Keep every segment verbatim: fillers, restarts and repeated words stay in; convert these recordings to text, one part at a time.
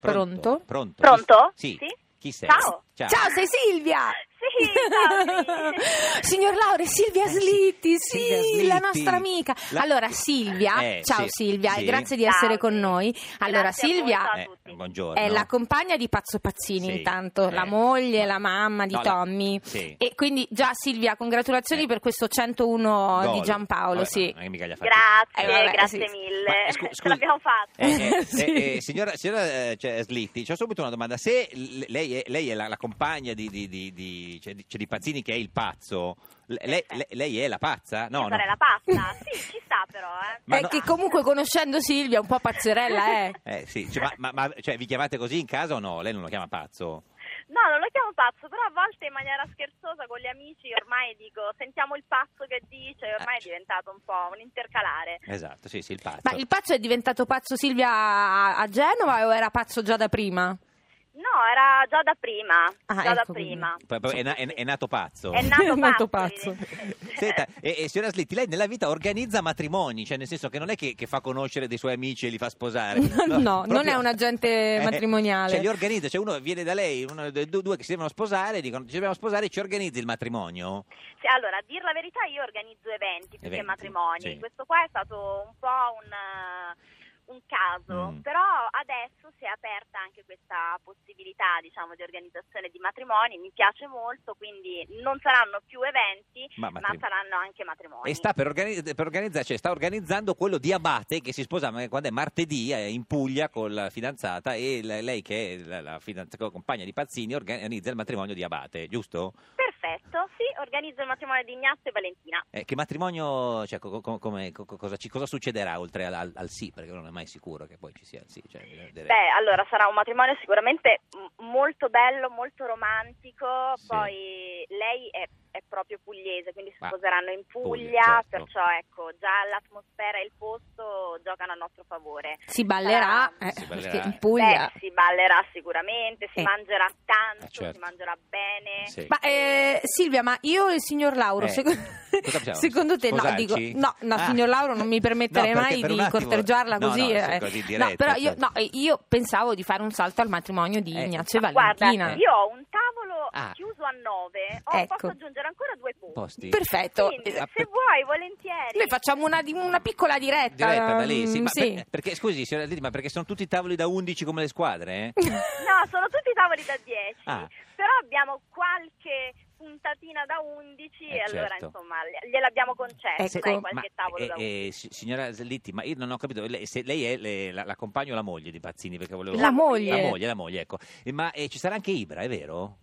Pronto? Pronto? Pronto? Sì. Sì? Chi sei? Ciao. Ciao. Ciao, sei Silvia! Sì, ciao, sì. Signor Laure, Silvia Eh, sì, Slitti, sì, Silvia Slitti. la nostra amica. La- Allora, Silvia, Eh, ciao sì, Silvia, sì. e grazie di Ciao, essere con sì. noi. Allora, Grazie a voi, Silvia ciao a Eh, tutti. buongiorno. è la compagna di Pazzo Pazzini, Sì, intanto, eh. la moglie, Ma- la mamma di no, la- Tommy. sì. E quindi già Silvia, congratulazioni Eh. per questo centouno Gol. di Giampaolo, Vabbè, sì. non è che mica gli ha fatti- Grazie, Eh, vabbè, grazie sì. mille. Ma, eh, scu- Ce scusi- l'abbiamo fatta. Eh, eh, Sì. eh, eh, signora, signora eh, cioè, Slitti, c'ho subito una domanda. Se l- lei è, lei è la, la compagna di, di, di, di, cioè, di, cioè, di Pazzini, che è il pazzo, l- lei, Perfetto. lei- lei è la pazza? No, Io no. sarei la pazza. Sì, ci sta però, eh. Ma Eh, no- che comunque conoscendo Silvia un po' pazzerella è. Eh, sì, cioè, ma, ma- ma, cioè, vi chiamate così in casa o no? Lei non lo chiama pazzo? No, non lo chiamo pazzo, però a volte in maniera scherzosa con gli amici ormai dico sentiamo il pazzo che dice, e ormai Ah, è diventato un po' un intercalare. Esatto, sì, sì, il pazzo. Ma il pazzo è diventato pazzo Silvia a, a Genova o era pazzo già da prima? No, era già da prima, Ah, già da ecco, prima. Poi- poi è, na- è- è nato pazzo. È nato È nato pazzo. pazzo. evidentemente. Senta, e, e signora Slitti, lei nella vita organizza matrimoni, cioè nel senso che non è che, che fa conoscere dei suoi amici e li fa sposare. No, non proprio- è un agente Eh, matrimoniale. Cioè li organizza, cioè uno viene da lei, uno dei due, due che si devono sposare, dicono ci dobbiamo sposare, ci organizzi il matrimonio? Sì, allora, a dir la verità io organizzo eventi più Eventi, che matrimoni. sì. Questo qua è stato un po' un, eh, un caso, Mm. però adesso si è aperta anche questa possibilità, diciamo, di organizzazione di matrimoni. Mi piace molto, quindi non saranno più eventi, Ma ma, matrim- saranno anche matrimoni. E sta per, organi- per organizzare, cioè sta organizzando quello di Abate che si sposa ma- quando è martedì eh, in Puglia con la fidanzata e la- lei che è la, la fidanz- compagna di Pazzini organizza il matrimonio di Abate, giusto? Perfetto, sì, organizzo il matrimonio di Ignazio e Valentina. Eh, che matrimonio, cioè, co- co- come- co- cosa, ci- cosa succederà oltre al, al- al sì? Perché non è mai sicuro che poi ci sia il sì. Cioè, bisogna vedere. Beh, allora sarà un matrimonio sicuramente m- molto bello, molto romantico, Sì. poi lei è, è proprio pugliese, quindi si Ah, sposeranno in Puglia, Puglia, certo. perciò ecco, già l'atmosfera e il posto giocano a nostro favore. Si ballerà, Sarà- eh, Si ballerà, perché in eh. Puglia. Beh, si ballerà sicuramente, si Eh. mangerà tanto, Eh, certo. si mangerà bene. Sì. Ma eh, Silvia, ma io e il signor Lauro, Eh, secondo, cosa facciamo? secondo te, no, Sposarci? dico, no, no, Ah. signor Lauro, non mi permetterei No, perché mai per un di attimo- corteggiarla no, così. no, eh. così No, diretta, però io, certo. no, eh, io pensavo di fare un salto al matrimonio di Eh. Ignazio e Guarda, Valentina. io ho un tavolo Ah. chiuso a nove, ho- Ecco. posso aggiungere ancora due posti. Posti. Perfetto. Quindi, Ah, se per- vuoi, volentieri. Noi facciamo una, di- una piccola diretta. Diretta da lì, sì, mm, ma sì. per- perché scusi, signora Slitti, ma perché sono tutti tavoli da undici come le squadre? Eh? No, sono tutti tavoli da dieci, Ah. però abbiamo qualche puntatina da undici Eh, e allora certo. insomma le- gliel'abbiamo concesso, Ecco. dai, qualche Ma, tavolo eh, da undici. eh, si- signora Slitti, ma io non ho capito, lei, se lei è le- la, la compagna o la moglie di Pazzini? Perché volevo... La moglie. La moglie, la moglie, ecco. Eh, ma eh, ci sarà anche Ibra, è vero?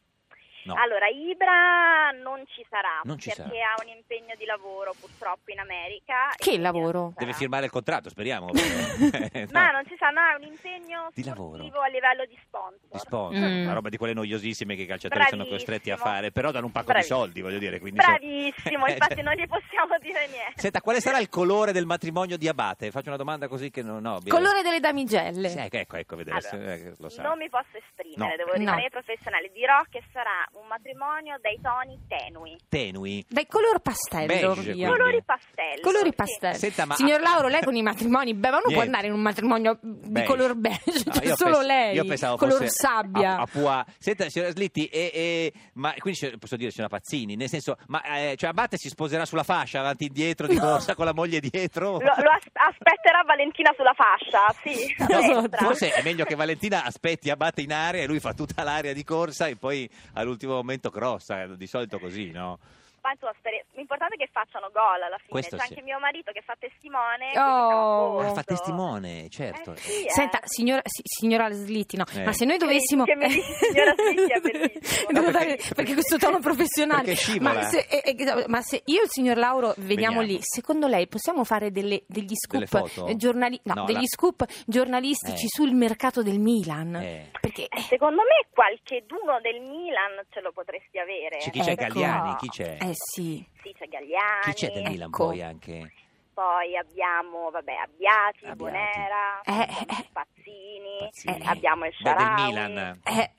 No. Allora, Ibra non ci sarà Non ci perché sarà. ha un impegno di lavoro purtroppo in America. Che e quindi lavoro? non ci Deve sarà. firmare il contratto, speriamo. Eh, no. No, non ci sarà, no, è un impegno Di sportivo lavoro. a livello di sponsor. Di sponsor, Mm. una roba di quelle noiosissime che i calciatori sono Bravissimo. costretti a fare, però danno un pacco Bravissimo. di soldi, voglio dire. Quindi, insomma- Bravissimo, Eh, infatti cioè- non gli possiamo dire niente. Senta, quale sarà il colore del matrimonio di Abate? Faccio una domanda così che non ho. Colore delle damigelle. Sì, ecco, ecco, ecco, vedere se Allora, eh, lo sa. non mi posso esprimere, No. devo No. rimanere professionale. Dirò che sarà un matrimonio dai toni tenui. Tenui. Dai color pastello. Beige, via. quindi. Colori pastello. Colori sì. pastello. Senta, ma- Signor Lauro, lei con i matrimoni, beh, ma non può Niente. andare in un matrimonio di Beige. color beige, No, cioè io solo pens- lei, io pensavo color fosse sabbia. A, a Pua. Senta, signora Slitti, e, e- ma quindi signor- posso dire signora Pazzini, nel senso, ma eh, cioè Abate si sposerà sulla fascia, avanti e indietro, di corsa, con la moglie dietro? Lo, lo as- aspetterà Valentina sulla fascia, sì. a Esatto. destra. Forse è meglio che Valentina aspetti Abate in area e lui fa tutta l'area di corsa e poi all'ultimo momento crossa, di solito così, no? Ma insomma, speri- l'importante è che facciano gol alla fine. Questo C'è sì. anche mio marito che fa testimone. Oh. quindi Ah, siamo a fa posto. testimone, certo. Eh sì, eh. Senta, signora, si- signora Slitti, no, Eh. ma se noi dovessimo... Che mi dici, signora Slitti, è bellissimo. Devo No, dare- perché- perché, questo tono professionale. perché scivola. Ma se, eh, eh, ma se io e il signor Lauro veniamo Veniamo. lì, secondo lei possiamo fare delle- degli Delle scoop foto? eh, giornali- no, No, degli la- scoop giornalistici Eh. sul mercato del Milan? Eh. Perché Eh, Secondo me qualcheduno del Milan ce lo potresti avere. C'è chi c'è? Ecco. Galliani? Chi c'è? eh sì. Sì, c'è Gagliani. Chi c'è del Milan ecco. poi anche? Poi abbiamo, vabbè, Abbiati, Abbiati. Bonera, Eh, abbiamo eh. Pazzini, Pazzini. abbiamo il Beh, del Shaarawy. Milan. Eh,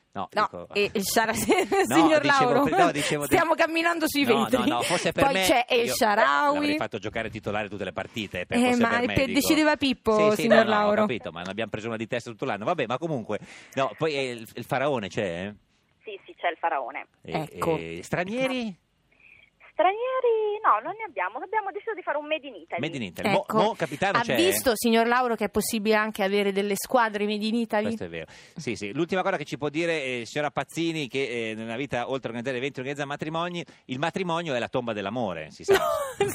No, No, dico- e il Shara- signor dicevo- Lauro, no, dicevo- stiamo camminando sui No, vetri. no, no, forse per Poi me c'è El io Shaarawy. l'avrei fatto giocare titolare tutte le partite, per, Eh, forse ma per me, per- dico. decideva Pippo, Sì, sì, signor no, no, ho Lauro. capito, ma ne abbiamo preso una di testa tutto l'anno. Vabbè, ma comunque, no, poi eh, il, il faraone c'è? Sì, sì, c'è il faraone. Eh? Ecco. E- e stranieri? Stranieri no, non ne abbiamo, abbiamo deciso di fare un Made in Italy. Made in Italy. Mo, Ecco. mo capitano ha c'è? visto, signor Lauro, che è possibile anche avere delle squadre made in Italy? Questo è vero. Sì, sì. L'ultima cosa che ci può dire, eh, signora Pazzini, che eh, nella vita, oltre a organizzare eventi, organizza matrimoni, il matrimonio è la tomba dell'amore, si sa.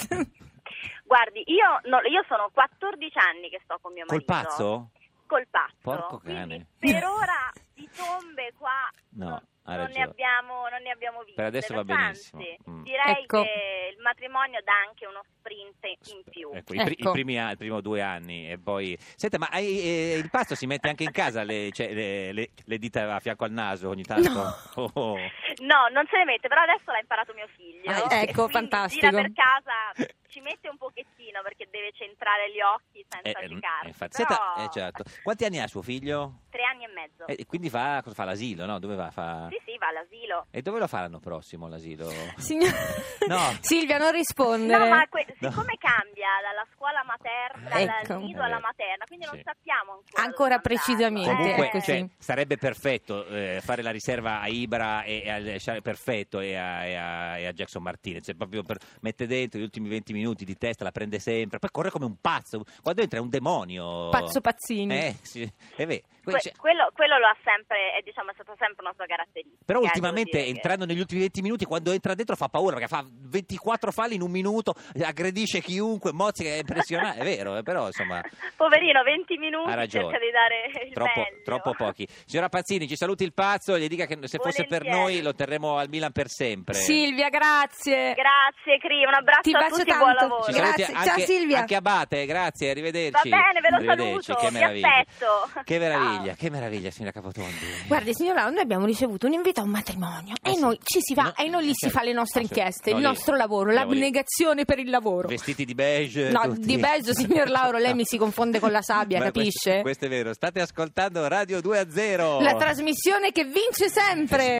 Guardi, io, no, io sono quattordici anni che sto con mio Col marito. pazzo? Col pazzo. Porco Quindi cane. per ora di tombe qua No, non, ha non ragione. ne abbiamo, non ne abbiamo viste. Per adesso va Anzi, benissimo. Mm. direi Ecco. che il matrimonio dà anche uno sprint in più. Ecco, i, pri- Ecco. i primi anni, il primo due anni e poi... Senta, ma hai- eh, il pazzo si mette anche in casa le, cioè, le- le- le dita a fianco al naso ogni tanto? No. Oh, oh. No, non se le mette, però adesso l'ha imparato mio figlio. Ah, E ecco, quindi fantastico. Gira per casa, ci mette un pochettino perché deve centrare gli occhi senza Eh, eh, giocare. infatti. Però Senta, eh, certo. Quanti anni ha suo figlio? tre anni e mezzo. Eh, quindi fa, cosa fa l'asilo, no? Dove va? Fa... Sì, sì, va all'asilo. E dove lo fa l'anno prossimo l'asilo? Signor- No. Silvia, non rispondere. No, ma que- No. siccome cambia dalla scuola materna, dal Ecco. nido Eh, alla materna, quindi sì. non sappiamo ancora. Ancora dove mandarlo. precisamente, Comunque, ecco, cioè, sì. sarebbe perfetto eh, fare la riserva a Ibra e, e al perfetto e a, e a- e a Jackson Martinez, cioè, proprio per, mette dentro gli ultimi venti minuti di testa, la prende sempre, poi corre come un pazzo, quando entra è un demonio. Pazzo Pazzini. Eh, sì, è vero. Que- Cioè, quello, quello lo ha sempre, è, diciamo, è stata sempre una sua caratteristica. però eh, ultimamente devo dire che- entrando negli ultimi venti minuti, quando entra dentro fa paura perché fa ventiquattro falli in un minuto, aggredisce chiunque, mozzica, è impressionante, è vero, eh, però insomma Poverino, venti minuti, ha ragione. cerca di dare il Troppo, meglio. troppo pochi. Signora Pazzini, ci saluti il pazzo e gli dica che se fosse per Volentieri. noi lo terremo al Milan per sempre. Silvia, grazie. Grazie, Cri, un abbraccio Ti a bacio tutti, tanto. buon lavoro. Ci saluti Grazie. anche, Ciao, Silvia. anche Abate, grazie, arrivederci. Va bene, ve lo Arrivederci, saluto, che vi meraviglia. aspetto. Che meraviglia, Ciao. che meraviglia, signora Capotondi. Guardi, signor Lauro, noi abbiamo ricevuto un invito a un matrimonio Eh e sì. noi ci si va No, e noi lì si certo. fa le nostre Ah, sì. inchieste, No, il lì- nostro lavoro, andiamo lì. l'abnegazione per il lavoro. Vestiti di beige. No, tutti. di beige, signor Lauro, lei No. mi si confonde con la sabbia, Ma capisce? Questo, questo è vero. State ascoltando Radio due a zero. La trasmissione che vince sempre.